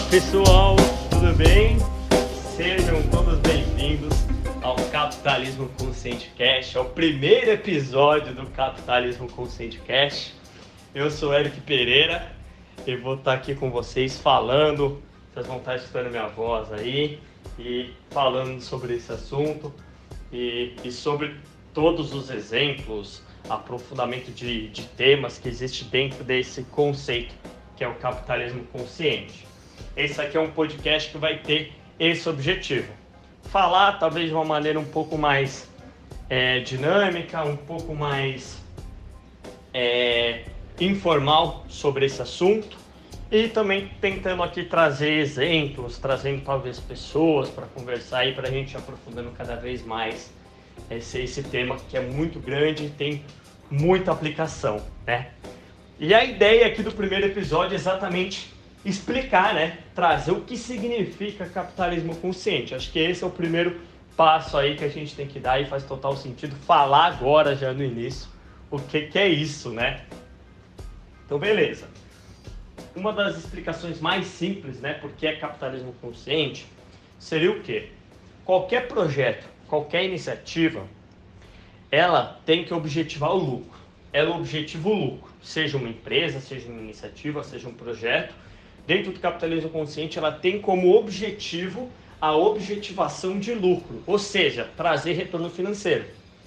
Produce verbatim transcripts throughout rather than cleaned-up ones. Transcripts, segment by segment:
pessoal, tudo bem? Sejam todos bem-vindos ao Capitalismo Consciente Cast, ao primeiro episódio do Capitalismo Consciente Cast. Eu sou Eric Pereira e vou estar aqui com vocês falando, vocês vão estar escutando minha voz aí e falando sobre esse assunto e, e sobre todos os exemplos, aprofundamento de, de temas que existe dentro desse conceito que é o capitalismo consciente. Esse aqui é um podcast que vai ter esse objetivo. Falar talvez de uma maneira um pouco mais é, dinâmica, um pouco mais é, informal sobre esse assunto e também tentando aqui trazer exemplos, trazendo talvez pessoas para conversar e para a gente ir aprofundando cada vez mais esse, esse tema que é muito grande e tem muita aplicação, né? E a ideia aqui do primeiro episódio é exatamente explicar, né? Trazer o que significa capitalismo consciente. Acho que esse é o primeiro passo aí que a gente tem que dar e faz total sentido falar agora, já no início, o que, que é isso, né? Então, beleza. Uma das explicações mais simples, né? Porque é capitalismo consciente, seria o quê? Qualquer projeto, qualquer iniciativa, ela tem que objetivar o lucro. Ela objetiva o lucro, seja uma empresa, seja uma iniciativa, seja um projeto. Dentro do capitalismo consciente, ela tem como objetivo a objetivação de lucro, ou seja, trazer retorno financeiro.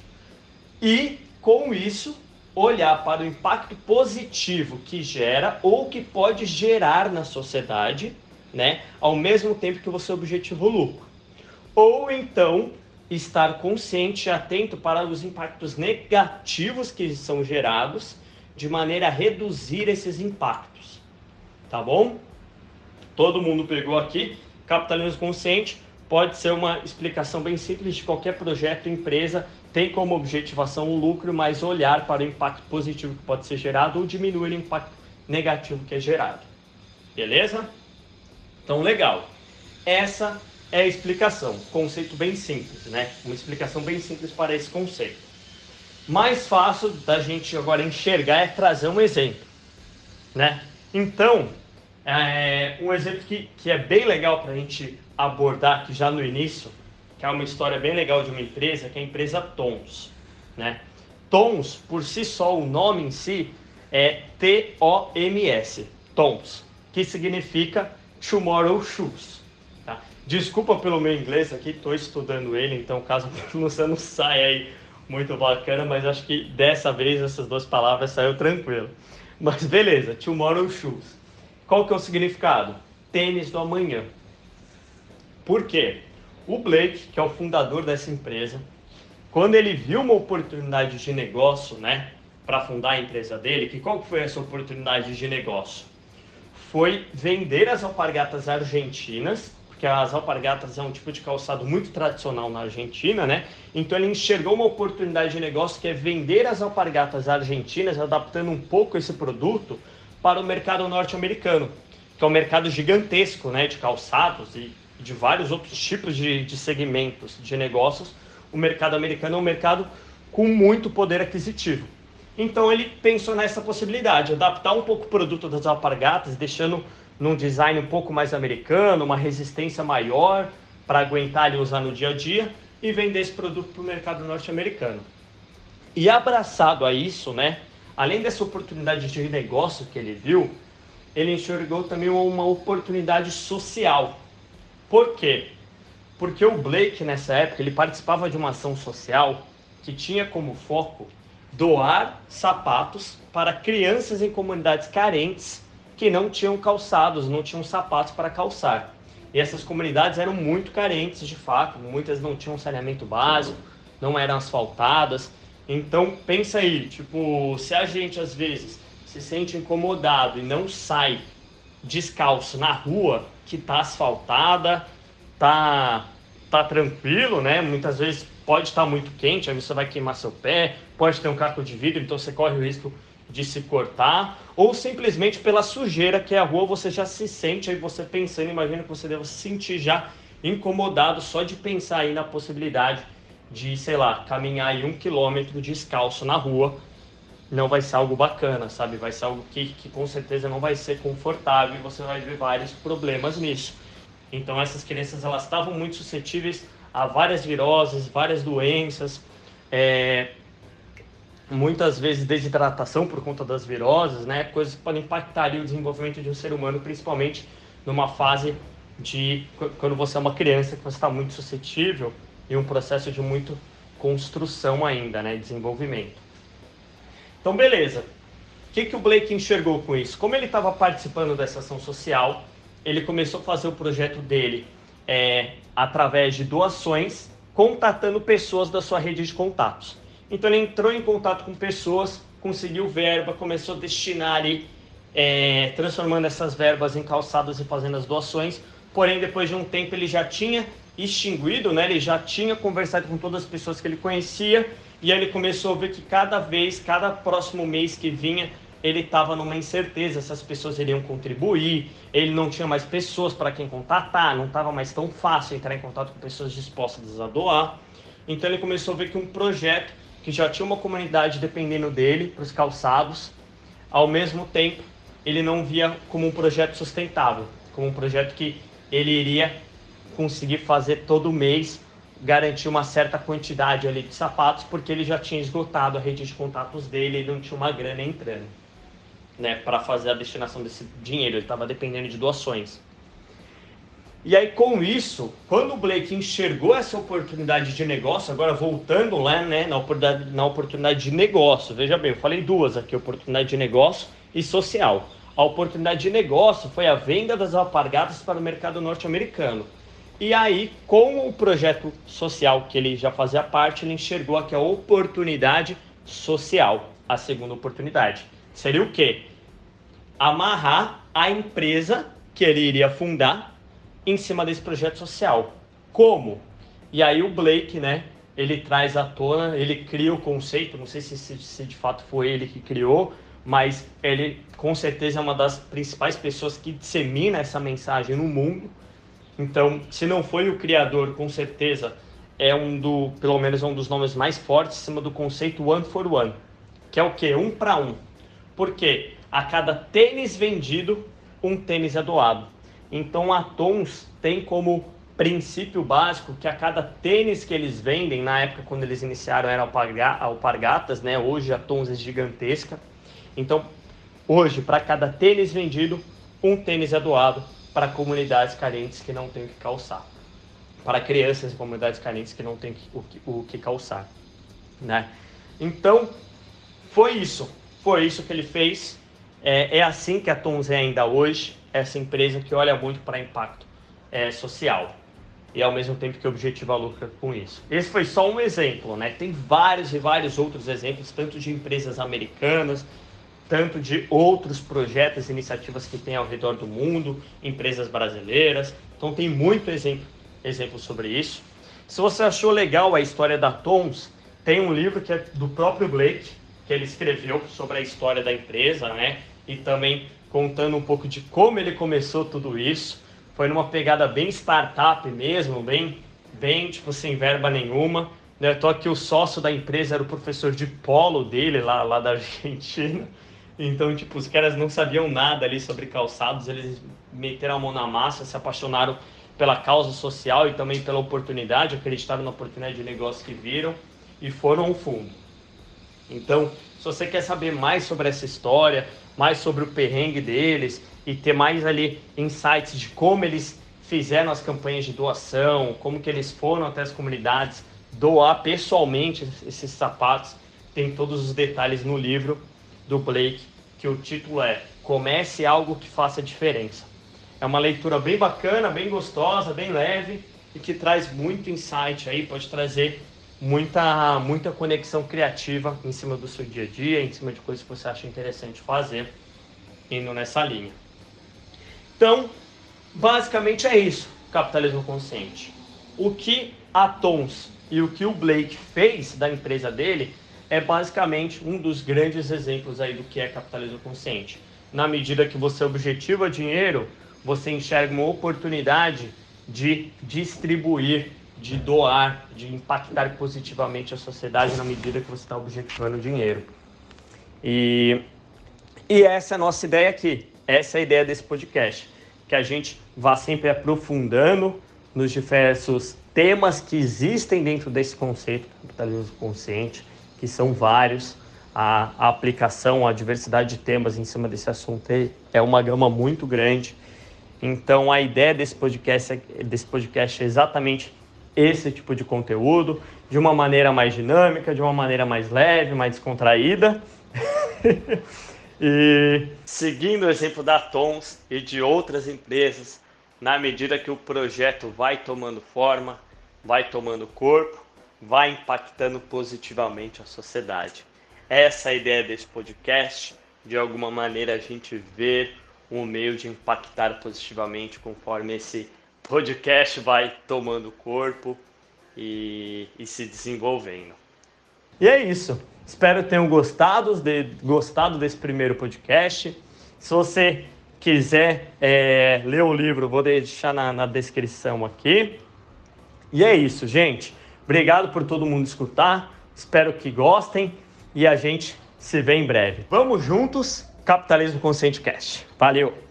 E, com isso, olhar para o impacto positivo que gera ou que pode gerar na sociedade, né, ao mesmo tempo que você objetiva o lucro. Ou então, estar consciente e atento para os impactos negativos que são gerados, de maneira a reduzir esses impactos. Tá bom? Todo mundo pegou aqui. Capitalismo consciente pode ser uma explicação bem simples de qualquer projeto, empresa, tem como objetivação o lucro, mas olhar para o impacto positivo que pode ser gerado ou diminuir o impacto negativo que é gerado. Beleza? Então, legal. Essa é a explicação, conceito bem simples, né? Uma explicação bem simples para esse conceito. Mais fácil da gente agora enxergar é trazer um exemplo, né? Então, é um exemplo que, que é bem legal para a gente abordar aqui já no início, que é uma história bem legal de uma empresa, que é a empresa Tons, né? Tons, por si só, o nome em si é T O M S, Tons, que significa Tomorrow Shoes. Desculpa pelo meu inglês aqui, estou estudando ele, então caso a pronúncia não saia aí muito bacana, mas acho que dessa vez essas duas palavras saiu tranquilo. Mas beleza, Tomorrow Shoes. Qual que é o significado? Tênis do amanhã. Por quê? O Blake, que é o fundador dessa empresa, quando ele viu uma oportunidade de negócio, né, para fundar a empresa dele, que qual que foi essa oportunidade de negócio? Foi vender as alpargatas argentinas, que as alpargatas é um tipo de calçado muito tradicional na Argentina, né? Então ele enxergou uma oportunidade de negócio que é vender as alpargatas argentinas, adaptando um pouco esse produto para o mercado norte-americano, que é um mercado gigantesco, né? De calçados e de vários outros tipos de, de segmentos de negócios. O mercado americano é um mercado com muito poder aquisitivo. Então ele pensou nessa possibilidade, adaptar um pouco o produto das alpargatas, deixando num design um pouco mais americano, uma resistência maior para aguentar e usar no dia a dia e vender esse produto para o mercado norte-americano. E abraçado a isso, né, além dessa oportunidade de negócio que ele viu, ele enxergou também uma oportunidade social. Por quê? Porque o Blake, nessa época, ele participava de uma ação social que tinha como foco doar sapatos para crianças em comunidades carentes que não tinham calçados, não tinham sapatos para calçar. E essas comunidades eram muito carentes, de fato, muitas não tinham saneamento básico, não eram asfaltadas. Então, pensa aí, tipo, se a gente às vezes se sente incomodado e não sai descalço na rua que tá asfaltada, tá, tá tranquilo, né? Muitas vezes pode estar muito quente, aí você vai queimar seu pé, pode ter um caco de vidro, então você corre o risco de se cortar, ou simplesmente pela sujeira que é a rua, você já se sente, aí você pensando, imagina que você deve se sentir já incomodado só de pensar aí na possibilidade de, sei lá, caminhar aí um quilômetro descalço na rua, não vai ser algo bacana, sabe? Vai ser algo que, que com certeza não vai ser confortável e você vai ver vários problemas nisso. Então essas crianças, elas estavam muito suscetíveis a várias viroses, várias doenças, é, muitas vezes desidratação por conta das viroses, né? Coisas que podem impactar o desenvolvimento de um ser humano, principalmente numa fase de quando você é uma criança, que você está muito suscetível e um processo de muito construção ainda, né? Desenvolvimento. Então, beleza. O que, que o Blake enxergou com isso? Como ele estava participando dessa ação social, ele começou a fazer o projeto dele é, através de doações, contatando pessoas da sua rede de contatos. Então ele entrou em contato com pessoas, conseguiu verba, começou a destinar ali, é, transformando essas verbas em calçados e fazendo as doações. Porém, depois de um tempo, ele já tinha extinguido, né? Ele já tinha conversado com todas as pessoas que ele conhecia, e aí ele começou a ver que cada vez, cada próximo mês que vinha, ele estava numa incerteza se as pessoas iriam contribuir, ele não tinha mais pessoas para quem contatar, não estava mais tão fácil entrar em contato com pessoas dispostas a doar. Então ele começou a ver que um projeto que já tinha uma comunidade dependendo dele para os calçados, ao mesmo tempo ele não via como um projeto sustentável, como um projeto que ele iria conseguir fazer todo mês, garantir uma certa quantidade ali de sapatos, porque ele já tinha esgotado a rede de contatos dele e não tinha uma grana entrando, né, para fazer a destinação desse dinheiro, ele estava dependendo de doações. E aí, com isso, quando o Blake enxergou essa oportunidade de negócio, agora voltando lá, né, na oportunidade, na oportunidade de negócio, veja bem, eu falei duas aqui, oportunidade de negócio e social. A oportunidade de negócio foi a venda das alpargatas para o mercado norte-americano. E aí, com o projeto social que ele já fazia parte, ele enxergou aqui a oportunidade social, a segunda oportunidade. Seria o quê? Amarrar a empresa que ele iria fundar em cima desse projeto social. Como? E aí o Blake, né, ele traz à tona, ele cria o conceito, não sei se, se, se de fato foi ele que criou, mas ele com certeza é uma das principais pessoas que dissemina essa mensagem no mundo. Então, se não foi o criador, com certeza é um do, pelo menos é um dos nomes mais fortes em cima do conceito one for one, que é o quê? Um para um. Por quê? A cada tênis vendido, um tênis é doado. Então a Tons tem como princípio básico que a cada tênis que eles vendem, na época quando eles iniciaram eram alpargatas, né? Hoje a Tons é gigantesca. Então hoje, para cada tênis vendido, um tênis é doado para comunidades carentes que não têm o que calçar. Para crianças e comunidades carentes que não têm o que, o que calçar, né? Então foi isso. Foi isso que ele fez. É, é assim que a Tons é ainda hoje. Essa empresa que olha muito para impacto é, social e ao mesmo tempo que objetiva lucro com isso. Esse foi só um exemplo, né? Tem vários e vários outros exemplos, tanto de empresas americanas, tanto de outros projetos e iniciativas que tem ao redor do mundo, empresas brasileiras. Então tem muito exemplo, exemplo sobre isso. Se você achou legal a história da Tons, tem um livro que é do próprio Blake, que ele escreveu sobre a história da empresa, né? E também contando um pouco de como ele começou tudo isso. Foi numa pegada bem startup mesmo, bem, bem tipo, sem verba nenhuma. Eu tô aqui, o sócio da empresa era o professor de polo dele, lá, lá da Argentina. Então, tipo, os caras não sabiam nada ali sobre calçados, eles meteram a mão na massa, se apaixonaram pela causa social e também pela oportunidade, acreditaram na oportunidade de negócio que viram e foram ao fundo. Então, se você quer saber mais sobre essa história, mais sobre o perrengue deles e ter mais ali insights de como eles fizeram as campanhas de doação, como que eles foram até as comunidades doar pessoalmente esses sapatos, tem todos os detalhes no livro do Blake, que o título é Comece Algo que Faça Diferença. É uma leitura bem bacana, bem gostosa, bem leve e que traz muito insight aí, pode trazer muita, muita conexão criativa em cima do seu dia a dia, em cima de coisas que você acha interessante fazer, indo nessa linha. Então, basicamente é isso, capitalismo consciente. O que a Tons e o que o Blake fez da empresa dele é basicamente um dos grandes exemplos aí do que é capitalismo consciente. Na medida que você objetiva dinheiro, você enxerga uma oportunidade de distribuir, de doar, de impactar positivamente a sociedade na medida que você está objetivando dinheiro. E, e essa é a nossa ideia aqui, essa é a ideia desse podcast, que a gente vá sempre aprofundando nos diversos temas que existem dentro desse conceito, capitalismo consciente, que são vários. A, a aplicação, a diversidade de temas em cima desse assunto é uma gama muito grande. Então a ideia desse podcast, desse podcast é exatamente esse tipo de conteúdo, de uma maneira mais dinâmica, de uma maneira mais leve, mais descontraída. E seguindo o exemplo da Tons e de outras empresas, na medida que o projeto vai tomando forma, vai tomando corpo, vai impactando positivamente a sociedade. Essa é a ideia desse podcast, de alguma maneira a gente ver um meio de impactar positivamente conforme esse podcast vai tomando corpo e, e se desenvolvendo. E é isso. Espero que tenham gostado, de, gostado desse primeiro podcast. Se você quiser é, ler o livro, vou deixar na, na descrição aqui. E é isso, gente. Obrigado por todo mundo escutar. Espero que gostem e a gente se vê em breve. Vamos juntos, Capitalismo Consciente Cast. Valeu!